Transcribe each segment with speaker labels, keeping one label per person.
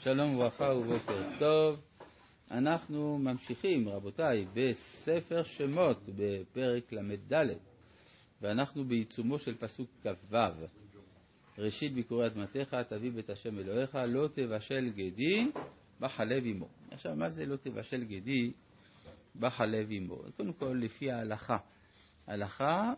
Speaker 1: שלום וברכה ובוקר טוב. אנחנו ממשיכים, רבותיי, בספר שמות בפרק למד, ואנחנו בעיצומו של פסוק כ"ו. ראשית ביקורי אדמתך תביא בית השם אלוהיך, לא תבשל גדי בחלב עמו. עכשיו, מה זה לא תבשל גדי בחלב עמו? קודם כל, לפי ההלכה. ההלכה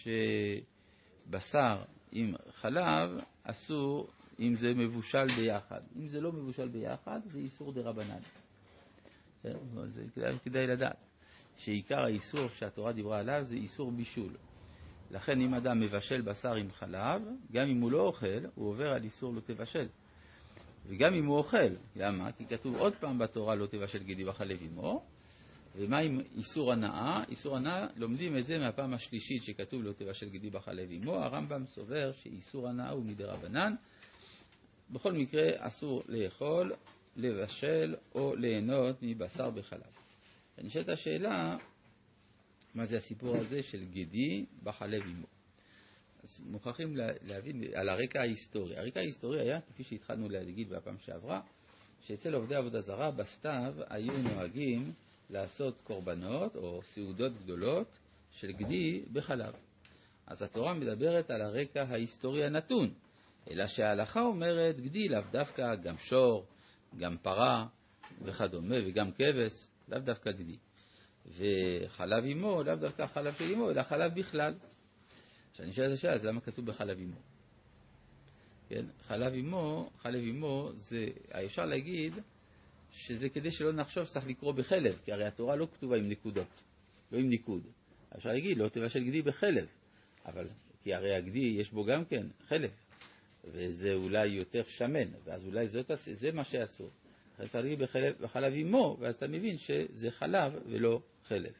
Speaker 1: שבשר עם חלב אסור אם זה מבושל ביחד. אם זה לא מבושל ביחד, זה איסור דרבנן. זה כדאי לדעת שעיקר האיסור שהתורה דיברה עליו זה איסור בישול. לכן אם אדם מבשל בשר עם חלב, גם אם הוא לא אוכל, הוא עובר על איסור לא תבשל. וגם אם הוא אוכל, למה? כי כתוב עוד פעם בתורה לא תבשל גדי בחלב עמו. ומה עם איסור הנאה? איסור הנאה, לומדים את זה מהפעם השלישית שכתוב לא תבשל גדי בחלב עמו. הרמב"ם סובר שאיסור הנאה הוא מדרבנן. בכל מקרה אסור לאכול, לבשל או ליהנות מבשר בחלב. נשאלת השאלה, מה זה הסיפור הזה של גדי בחלב עמו? אז מוכרחים להבין על הרקע ההיסטורי. הרקע ההיסטורי היה, כפי שהתחלנו להגיד בפעם שעברה, שאצל עובדי עבודה זרה בסתיו היו נוהגים לעשות קורבנות או סעודות גדולות של גדי בחלב. אז התורה מדברת על הרקע ההיסטורי הנתון, אלא שההלכה אומרת גדי לאו דווקא גם שור, גם פרה וכדומה, וגם כבש, לאו דווקא גדי. וחלב עמו, לאו דווקא חלב של עמו, אלא חלב בכלל. כשאני שואל את השאלה, אז למה כתוב בחלב עמו? כן? חלב עמו זה, אפשר להגיד שזה כדי שלא נחשוב שצריך לקרוא בחלב, כי הרי התורה לא כתובה עם נקודות, לא עם ניקוד. אפשר להגיד, לא תבשל גדי בחלב, אבל כי הרי הגדי יש בו גם כן חלב, וזה אולי יותר שמן, ואז אולי זה מה שאסור. צריך להגיד בחלב עמו, ואז אתה מבין שזה חלב ולא חלב.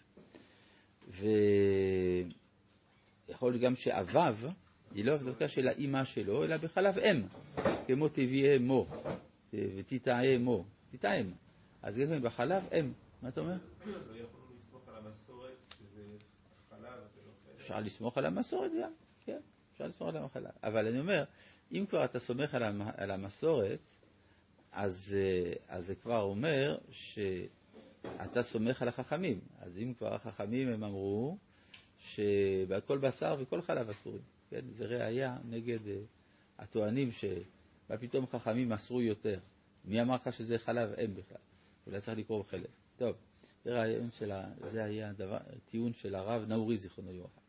Speaker 1: ויכול גם שאביו, היא לא דווקא של האמא שלו, אלא בחלב אם, כמו תביאי מו, ותתאי מו, תתאם. אז גם בחלב אם. מה אתה אומר?
Speaker 2: לא יכולנו לסמוך על המסורת שזה חלב ולא חלב.
Speaker 1: אפשר לסמוך על המסורת גם, כן. אפשר לסמוך על המחלה. אבל אני אומר, אם כבר אתה סומך על המסורת, אז זה כבר אומר שאתה סומך על החכמים. אז אם כבר החכמים הם אמרו שבכל בשר וכל חלב אסורים. כן? זה ראיה נגד הטוענים שמה פתאום חכמים אסרו יותר. מי אמר לך שזה חלב אם בכלל? אולי צריך לקרוא בחלב. טוב, זה היה טיעון של הרב נאורי זיכרונו לברכה.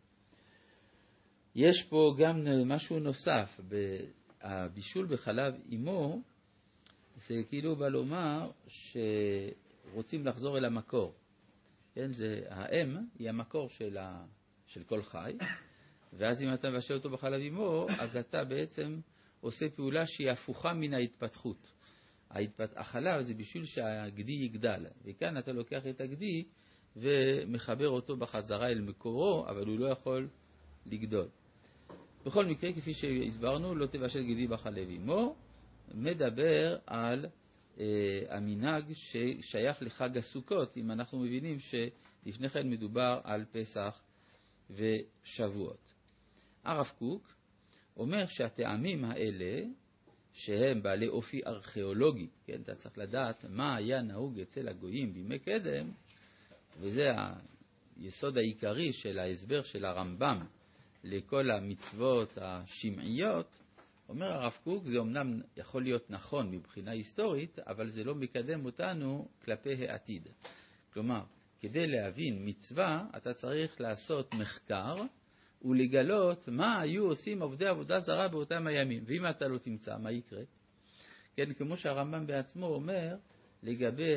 Speaker 1: יש פה גם משהו נוסף, הבישול בחלב עמו, זה כאילו בא לומר שרוצים לחזור אל המקור. כן, האם היא המקור של כל חי, ואז אם אתה מבשל אותו בחלב עמו, אז אתה בעצם עושה פעולה שהיא הפוכה מן ההתפתחות. החלב זה בשביל שהגדי יגדל, וכאן אתה לוקח את הגדי ומחבר אותו בחזרה אל מקורו, אבל הוא לא יכול לגדול. בכל מקרה, כפי שהסברנו, לא תבשל גדי בחלב עמו, מדבר על המנהג ששייך לחג הסוכות, אם אנחנו מבינים שלפני כן מדובר על פסח ושבועות. הרב קוק אומר שהטעמים האלה, שהם בעלי אופי ארכיאולוגי, כן, אתה צריך לדעת מה היה נהוג אצל הגויים בימי קדם, וזה היסוד העיקרי של ההסבר של הרמב"ם לכל המצוות השמעיות. אומר הרב קוק, זה אמנם יכול להיות נכון מבחינה היסטורית, אבל זה לא מקדם אותנו כלפי העתיד. כלומר, כדי להבין מצווה, אתה צריך לעשות מחקר ולגלות מה היו עושים עובדי עבודה זרה באותם הימים. ואם אתה לא תמצא, מה יקרה? כן, כמו שהרמב"ם בעצמו אומר, לגבי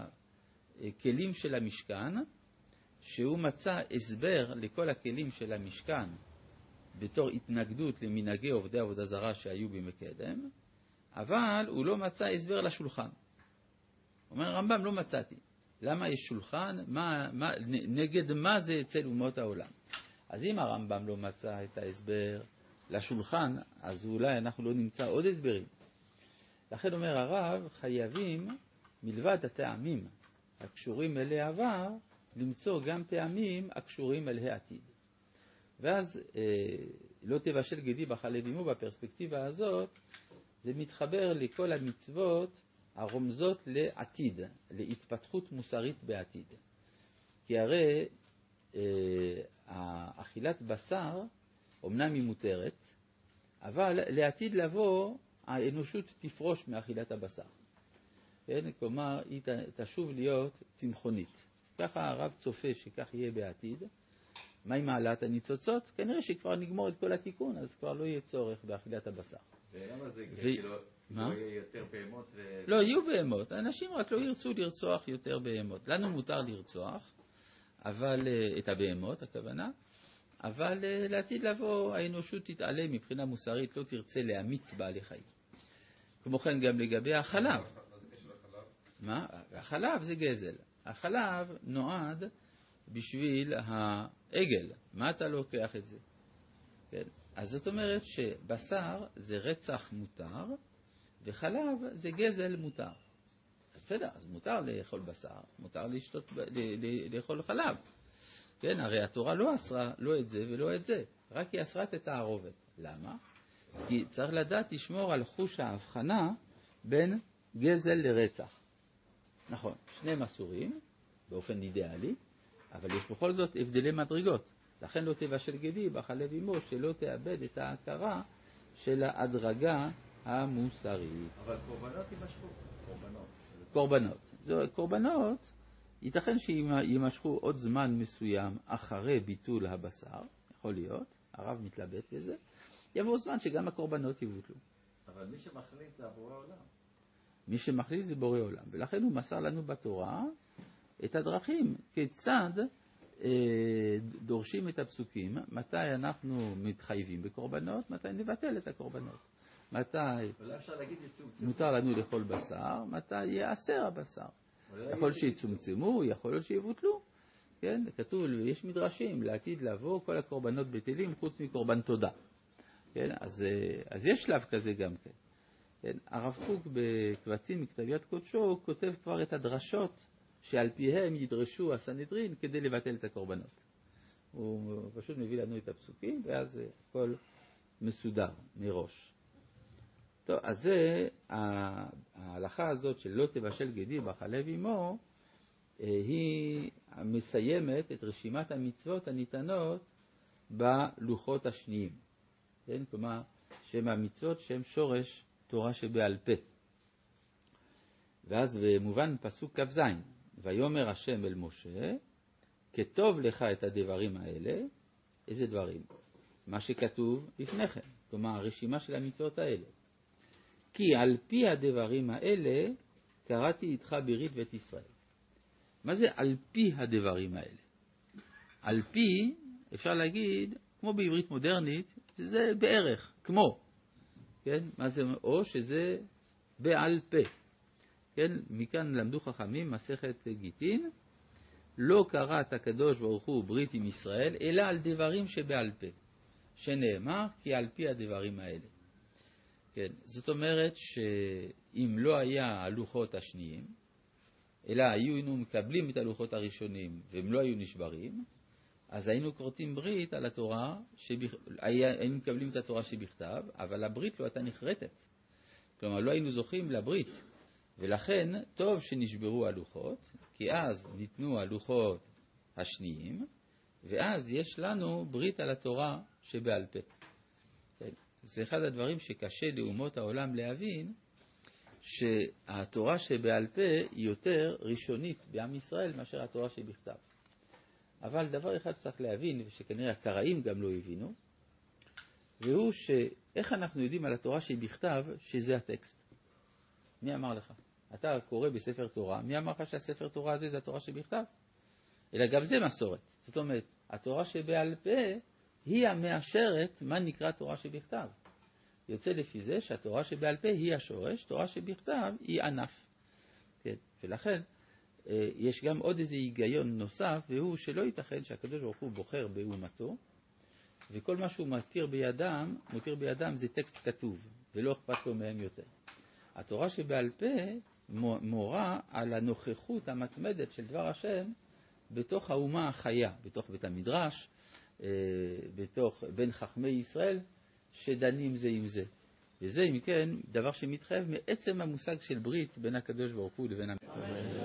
Speaker 1: הכלים של המשכן, שהוא מצא הסבר לכל הכלים של המשכן, בתור התנגדות למנהגי עובדי עבודה זרה שהיו בימי קדם, אבל הוא לא מצא הסבר לשולחן. אומר הרמב"ם, לא מצאתי. למה יש שולחן? נגד מה זה אצל אומות העולם? אז אם הרמב"ם לא מצא את ההסבר לשולחן, אז אולי אנחנו לא נמצא עוד הסברים. לכן אומר הרב, חייבים מלבד הטעמים הקשורים אל העבר, למצוא גם טעמים הקשורים אל העתיד. ואז לא תבשל גדי בחלב עמו בפרספקטיבה הזאת, זה מתחבר לכל המצוות הרומזות לעתיד, להתפתחות מוסרית בעתיד. כי הרי אכילת בשר, אמנם היא מותרת, אבל לעתיד לבוא האנושות תפרוש מאכילת הבשר. כן? כלומר, היא תשוב להיות צמחונית. ככה הרב צופה שכך יהיה בעתיד. מה עם העלאת הניצוצות? כנראה שכבר נגמור את כל התיקון, אז כבר לא יהיה צורך באכילת הבשר.
Speaker 2: ולמה זה כאילו לא יהיה יותר בהמות?
Speaker 1: לא, יהיו בהמות. האנשים רק לא ירצו לרצוח יותר בהמות. לנו מותר לרצוח, אבל את הבהמות, הכוונה, אבל לעתיד לבוא האנושות תתעלה מבחינה מוסרית, לא תרצה להמית בעלי חיים. כמו כן גם לגבי החלב. מה? החלב זה גזל. החלב נועד בשביל העגל. מה אתה לוקח את זה? כן? אז זאת אומרת שבשר זה רצח מותר, וחלב זה גזל מותר. אז בסדר, אז מותר לאכול בשר, מותר לאכול חלב. כן, הרי התורה לא אסרה לא את זה ולא את זה, רק היא אסרה את התערובת. למה? כי צריך לדעת לשמור על חוש ההבחנה בין גזל לרצח. נכון, שניהם אסורים באופן אידיאלי, אבל יש בכל זאת הבדלי מדרגות. לכן לא תבשל גדי בחלב אמו, שלא תאבד את ההכרה של ההדרגה המוסרית.
Speaker 2: אבל קורבנות יימשכו.
Speaker 1: קורבנות, ייתכן שימשכו עוד זמן מסוים אחרי ביטול הבשר, יכול להיות, הרב מתלבט בזה, יבוא זמן שגם הקורבנות יבוטלו.
Speaker 2: אבל מי שמחליט זה בורא עולם.
Speaker 1: מי שמחליט זה בורא עולם, ולכן הוא מסר לנו בתורה את הדרכים, כיצד דורשים את הפסוקים, מתי אנחנו מתחייבים בקורבנות, מתי נבטל את הקורבנות. מתי מותר לנו לאכול בשר, מתי יאסר הבשר. יכול שיצומצמו, יכול להיות שיבוטלו. כן? כתוב, יש מדרשים, לעתיד לבוא כל הקורבנות בטלים חוץ מקורבן תודה. כן? אז יש שלב כזה גם כן. כן? הרב קוק בקבצים מכתב יד קודשו כותב כבר את הדרשות שעל פיהם ידרשו הסנהדרין כדי לבטל את הקורבנות. הוא פשוט מביא לנו את הפסוקים ואז הכל מסודר מראש. טוב, אז זה ההלכה הזאת של לא תבשל גדי בחלב אמו, היא מסיימת את רשימת המצוות הניתנות בלוחות השניים. כן? כלומר, שהן המצוות שהן שורש תורה שבעל פה. ואז במובן פסוק כ"ז, ויאמר השם אל משה, כתוב לך את הדברים האלה, איזה דברים? מה שכתוב לפני כן, כלומר הרשימה של המצוות האלה. כי על פי הדברים האלה קראתי איתך ברית בית ישראל. מה זה על פי הדברים האלה? על פי, אפשר להגיד, כמו בעברית מודרנית, זה בערך, כמו. כן? מה זה? או שזה בעל פה. כן? מכאן למדו חכמים, מסכת גיטין, לא קראת הקדוש ברוך הוא ברית עם ישראל, אלא על דברים שבעל פה. שנאמר, כי על פי הדברים האלה. כן, זאת אומרת שאם לא היה הלוחות השניים, אלא היינו מקבלים את הלוחות הראשונים והם לא היו נשברים, אז היינו כורתים ברית על התורה, היינו מקבלים את התורה שבכתב, אבל הברית לא הייתה נחרטת. כלומר, לא היינו זוכים לברית. ולכן טוב שנשברו הלוחות, כי אז ניתנו הלוחות השניים, ואז יש לנו ברית על התורה שבעל פה. זה אחד הדברים שקשה לאומות העולם להבין, שהתורה שבעל פה היא יותר ראשונית בעם ישראל מאשר התורה שבכתב. אבל דבר אחד צריך להבין, ושכנראה הקראים גם לא הבינו, והוא שאיך אנחנו יודעים על התורה שבכתב שזה הטקסט. מי אמר לך? אתה קורא בספר תורה, מי אמר לך שהספר תורה הזה זה התורה שבכתב? אלא גם זה מסורת. זאת אומרת, התורה שבעל פה היא המאשרת מה נקרא תורה שבכתב. יוצא לפי זה שהתורה שבעל פה היא השורש, תורה שבכתב היא ענף. כן. ולכן יש גם עוד איזה היגיון נוסף, והוא שלא ייתכן שהקדוש ברוך הוא בוחר באומתו, וכל מה שהוא מותיר בידם זה טקסט כתוב, ולא אכפת לו מהם יותר. התורה שבעל פה מורה על הנוכחות המתמדת של דבר השם בתוך האומה החיה, בתוך בית המדרש, בין חכמי ישראל שדנים זה עם זה. וזה אם כן דבר שמתחייב מעצם המושג של ברית בין הקדוש ברוך הוא לבין